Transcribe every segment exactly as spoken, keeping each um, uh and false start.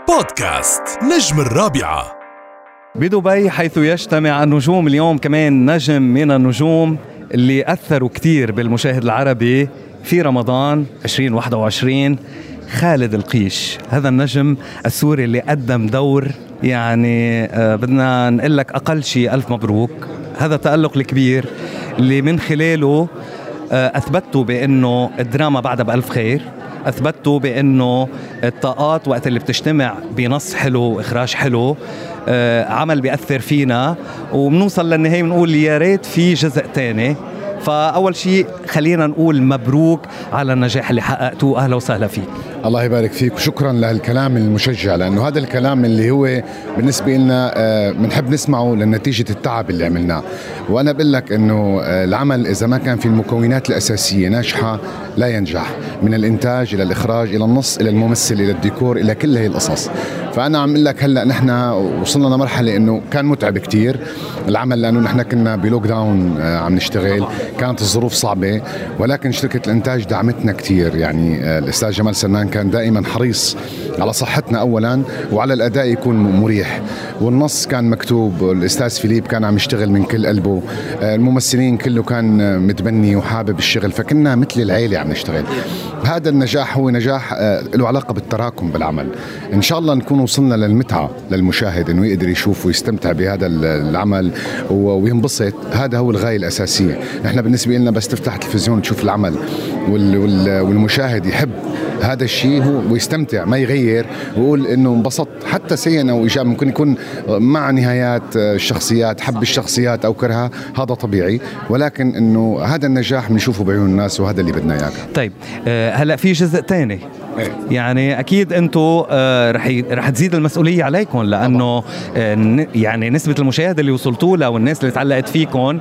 بودكاست نجم الرابعة بدبي، حيث يجتمع النجوم. اليوم كمان نجم من النجوم اللي أثروا كتير بالمشاهد العربي في رمضان عشرين واحد وعشرين، خالد القيش. هذا النجم السوري اللي قدم دور يعني آه بدنا نقول لك أقل شيء ألف مبروك. هذا التألق الكبير اللي من خلاله آه أثبتوا بأنه الدراما بعدها بألف خير، أثبتوا بأنه الطاقات وقت اللي بتجتمع بنص حلو وإخراج حلو آه عمل بيأثر فينا، وبنوصل للنهاية بنقول يا ريت في جزء تاني. فأول شيء خلينا نقول مبروك على النجاح اللي حققتوه، أهلا وسهلا فيك. الله يبارك فيك وشكرا لهالكلام المشجع، لأنه هذا الكلام اللي هو بالنسبة لنا بنحب نسمعه لنتيجة التعب اللي عملناه. وأنا بقول لك أنه العمل إذا ما كان في المكونات الأساسية ناجحة لا ينجح، من الإنتاج إلى الإخراج إلى النص إلى الممثل إلى الديكور إلى كل هي القصص. فأنا عم أقول لك هلأ نحن وصلنا لمرحلة أنه كان متعب كتير العمل، لأنه نحن كنا بلوك داون عم نشتغل، كانت الظروف صعبة، ولكن شركة الإنتاج دعمتنا كتير. يعني الأستاذ جمال سنان كان دائما حريص على صحتنا أولا وعلى الأداء يكون مريح، والنص كان مكتوب، الأستاذ فيليب كان عم يشتغل من كل قلبه، الممثلين كله كان متبني وحابب الشغل، فكنا مثل العيلة عم نشتغل. هذا النجاح هو نجاح له علاقة بالتراكم بالعمل. إن شاء الله نكون وصلنا للمتعة للمشاهد إنه يقدر يشوف ويستمتع بهذا العمل وينبسط. هذا هو الغاية الأساسية. نحن بالنسبة لنا بس تفتح التلفزيون تشوف العمل والمشاهد يحب هذا الشيء هو ويستمتع، ما يغير ويقول إنه انبسط. حتى سيئا أو إيجاب ممكن يكون مع نهايات الشخصيات، حب الشخصيات أو كرهها، هذا طبيعي، ولكن إنه هذا النجاح بنشوفه بعيون الناس وهذا اللي بدنا إياه. طيب أه هلأ في جزء تاني إيه؟ يعني أكيد أنتوا آه رح ي... رح تزيد المسؤولية عليكم، لأنه آه يعني نسبة المشاهدة اللي وصلتوا لها والناس اللي تعلقت فيكم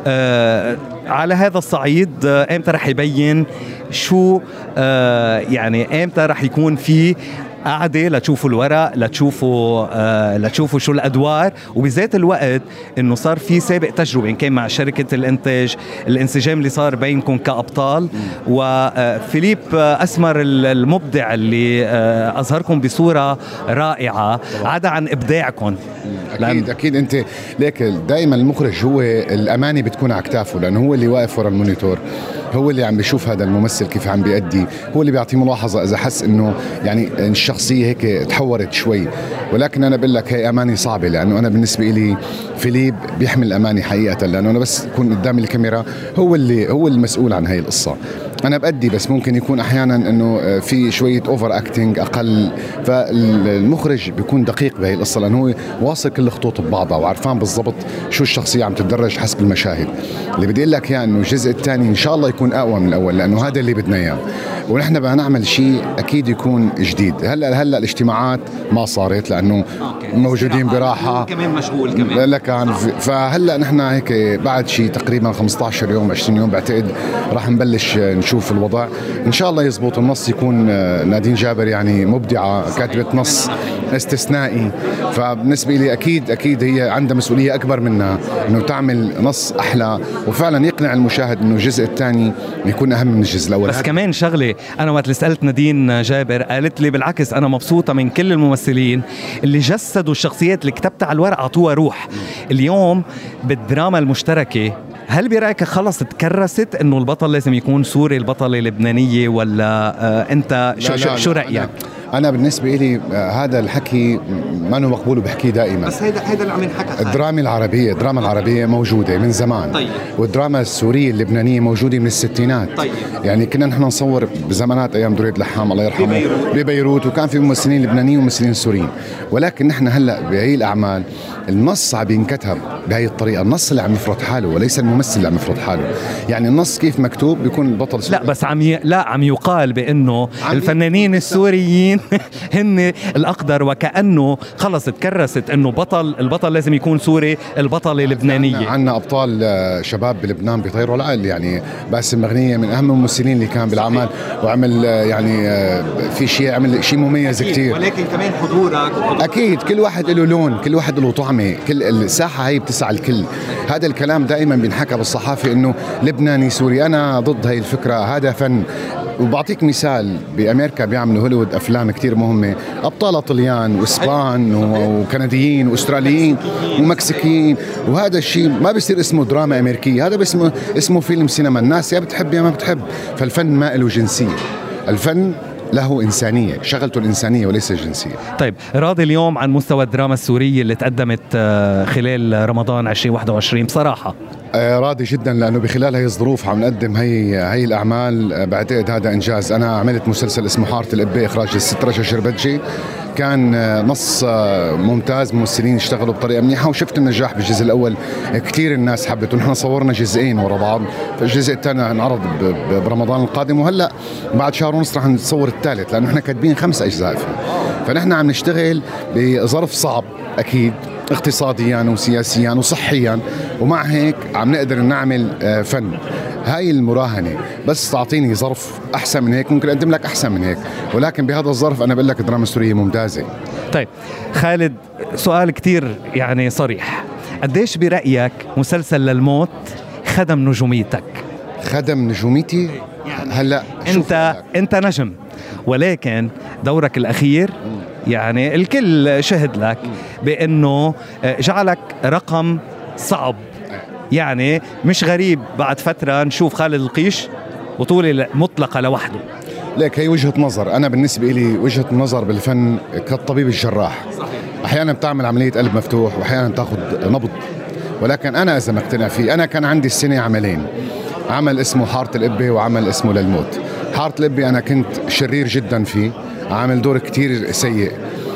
آه على هذا الصعيد آه إمتى رح يبين شو آه يعني إمتى رح يكون في قاعدة لتشوفوا الورق، لتشوفوا آه لتشوفوا شو الأدوار، وبذات الوقت إنه صار في سابق تجربة إن كان مع شركة الإنتاج، الانسجام اللي صار بينكم كأبطال، وفيليب أسمر المبدع اللي آه أظهركم بصورة رائعة عدا عن إبداعكم. أكيد أكيد أنت ليك دائما المخرج هو الأماني بتكون على كتافه، لأنه هو اللي واقف ورا المونيتور، هو اللي عم بيشوف هذا الممثل كيف عم بيأدي، هو اللي بيعطيه ملاحظة إذا حس إنه يعني الشخصية هيك تحورت شوي. ولكن أنا بقول لك هي أماني صعبة، لأنه أنا بالنسبة لي فيليب بيحمل أماني حقيقة، لأنه أنا بس أكون قدام الكاميرا هو اللي هو المسؤول عن هاي القصة. أنا بأدي بس ممكن يكون أحيانا إنه في شوية أوفر أكتينج أقل، فالمخرج بيكون دقيق بهاي القصة، لأنه هو واصل كل الخطوط ببعضها وعرفان بالضبط شو الشخصية عم تتدرج حسب المشاهد. اللي بدي أقول لك يعني إنه الجزء الثاني إن شاء الله يكون أقوى من الأول، لأنه هذا اللي بدنا إياه، ونحن بدنا نعمل شيء أكيد يكون جديد. هلا هلا الاجتماعات ما صارت لأنه موجودين براحة، كمان مشغول كمان لا كان، فهلا نحن هيك بعد شيء تقريبا خمسة عشر يوم عشرين يوم بعتقد راح نبلش نشوف الوضع. إن شاء الله يزبط النص، يكون نادين جابر يعني مبدعة، كاتبة نص استثنائي، فبالنسبة لي أكيد أكيد هي عندها مسؤولية أكبر منها إنه تعمل نص أحلى وفعلا يقنع المشاهد إنه الجزء الثاني يكون أهم من الجزء الأول. بس كمان شغلة، أنا وقت اللي سألت نادين جابر قالت لي بالعكس أنا مبسوطة من كل الممثلين اللي جسدوا الشخصيات اللي كتبتها على الورق، عطوها روح. اليوم بالدراما المشتركة هل برأيك خلص تكرست إنه البطل لازم يكون سوري، البطلة لبنانية، ولا آه أنت شو, لا لا شو رأيك؟ أنا, أنا بالنسبة لي آه هذا الحكي ما أنه مقبول وبحكيه دائما، بس هيدا هيدا اللي عم ينحكى. الدراما العربية الدراما العربية موجودة من زمان. طيب. والدراما السورية اللبنانية موجودة من الستينات. طيب. يعني كنا نحن نصور بزمانات أيام دريد لحام الله يرحمه ببيروت. ببيروت، وكان في ممثلين لبنانيين وممثلين سوريين، ولكن نحن هلأ بهي الأعمال النص عم ينكتب بهي الطريقة، النص اللي عم يفرض حاله وليس الممثل اللي عم يفرض حاله. يعني النص كيف مكتوب بيكون البطل سوري. لا بس عم ي... لا عم يقال بأنه الفنانين السوريين هن الأقدر، وكأنه خلص تكرست إنه بطل البطل لازم يكون سوري، البطلة لبنانية. عنا أبطال شباب بلبنان بيطيروا العقل، يعني باسم مغنية من أهم الممثلين اللي كان بالعمل وعمل يعني في شيء عمل شيء مميز كتير. ولكن كمان حضورك أكيد كل واحد له لون، كل واحد له طعمة، كل الساحة هي بتسعى الكل. هذا الكلام دائما بينحكى بالصحافة إنه لبناني سوري، أنا ضد هاي الفكرة. هذا فن وبعطيك مثال، بأمريكا بيعملوا هوليوود أفلام كتير مهمة، أبطالها طليان وإسبان وكنديين وأستراليين ومكسيكيين، وهذا الشيء ما بيصير اسمه دراما أمريكية، هذا باسمه اسمه فيلم سينما، الناس يا بتحب يا ما بتحب. فالفن ما له جنسية، الفن له إنسانية، شغلته الإنسانية وليس الجنسية. طيب راضي اليوم عن مستوى الدراما السورية اللي تقدمت خلال رمضان عشرين واحد وعشرين؟ بصراحة راضي جدا، لأنه بخلال هاي الظروف عم نقدم هي هاي الأعمال. بعتقد هذا إنجاز. أنا عملت مسلسل اسمه حارة الإبة إخراج السترة شربتجي، كان نص ممتاز، ممثلين اشتغلوا بطريقة منيحة، وشفت النجاح بالجزء الأول كتير الناس حبته. ونحن صورنا جزئين ورا بعض، فالجزء الثاني انعرض برمضان القادم، وهلأ بعد شهر ونص رح نصور الثالث، لأنه نحن كاتبين خمس أجزاء فيه. فنحن عم نشتغل بظرف صعب أكيد، اقتصاديا وسياسيا وصحيا، ومع هيك عم نقدر نعمل فن. هاي المراهنة، بس تعطيني ظرف أحسن من هيك ممكن أقدم لك أحسن من هيك، ولكن بهذا الظرف أنا بقول لك الدراما السورية ممتازة. طيب خالد، سؤال كتير يعني صريح، قديش برأيك مسلسل للموت خدم نجوميتك؟ خدم نجوميتي؟ هلا أنت أنت نجم، ولكن دورك الأخير يعني الكل شهد لك بأنه جعلك رقم صعب. يعني مش غريب بعد فترة نشوف خالد القيش بطولة مطلقة لوحده. ليك هي وجهة نظر، أنا بالنسبة لي وجهة نظر بالفن كالطبيب الجراح. أحيانا بتعمل عملية قلب مفتوح وأحيانا تاخد نبض، ولكن أنا إذا مقتنع فيه. أنا كان عندي السنة عملين، عمل اسمه حارة الإبة وعمل اسمه للموت. حارة الإبة أنا كنت شرير جدا فيه، عامل دور كتير سيء.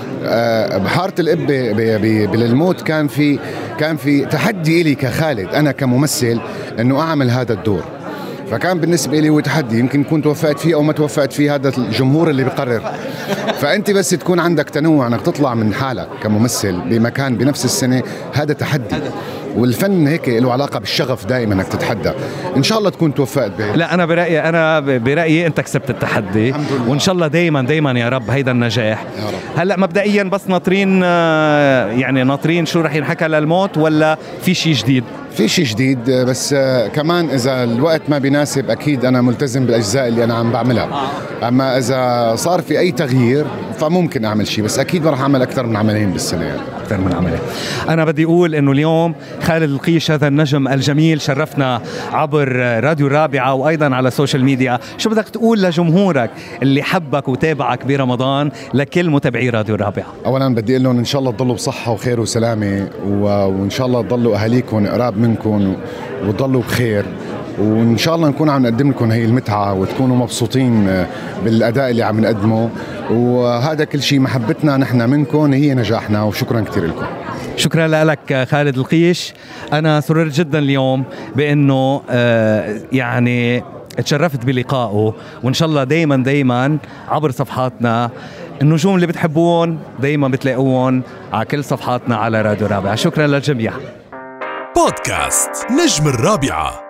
بحارة الإبة بالموت كان في كان في تحدي إلي كخالد أنا كممثل إنه أعمل هذا الدور، فكان بالنسبة لي هو تحدي. يمكن كنت توفقت فيه أو ما توفقت فيه، هذا الجمهور اللي بيقرر. فأنت بس تكون عندك تنوع إنك تطلع من حالك كممثل بمكان بنفس السنة، هذا تحدي. والفن هيك له علاقة بالشغف دائما انك تتحدى. ان شاء الله تكون توفقت به. لا انا برأيي انا برأيي انت كسبت التحدي، وان شاء الله دايما دايما يا رب هيدا النجاح. هلا مبدئيا بس ناطرين، يعني ناطرين شو رح ينحكى للموت، ولا في شيء جديد؟ في شيء جديد، بس كمان إذا الوقت ما بيناسب أكيد أنا ملتزم بالأجزاء اللي أنا عم بعملها. أما إذا صار في أي تغيير فممكن أعمل شيء، بس أكيد راح أعمل أكثر من عملين بالسنة يعني. أكثر من عملين. أنا بدي أقول إنه اليوم خالد القيش هذا النجم الجميل شرفنا عبر راديو الرابعة وأيضا على السوشيال ميديا. شو بدك تقول لجمهورك اللي حبك وتابعك برمضان، لكل متابعي راديو الرابعة؟ أولا بدي أقول لهم إن شاء الله تضلوا بصحة وخير وسلامة، وإن شاء الله تضلوا أهاليكم قراب منكم وتضلوا بخير، وإن شاء الله نكون عم نقدم لكم هي المتعة وتكونوا مبسوطين بالأداء اللي عم نقدمه. وهذا كل شيء، محبتنا نحن منكم هي نجاحنا، وشكرا كتير لكم. شكرا لك خالد القيش. أنا سررت جدا اليوم بأنه آه يعني تشرفت بلقائه، وإن شاء الله دايما دايما عبر صفحاتنا النجوم اللي بتحبون دايما بتلاقوهم على كل صفحاتنا على راديو رابعة. شكرا للجميع. بودكاست نجم الرابعة.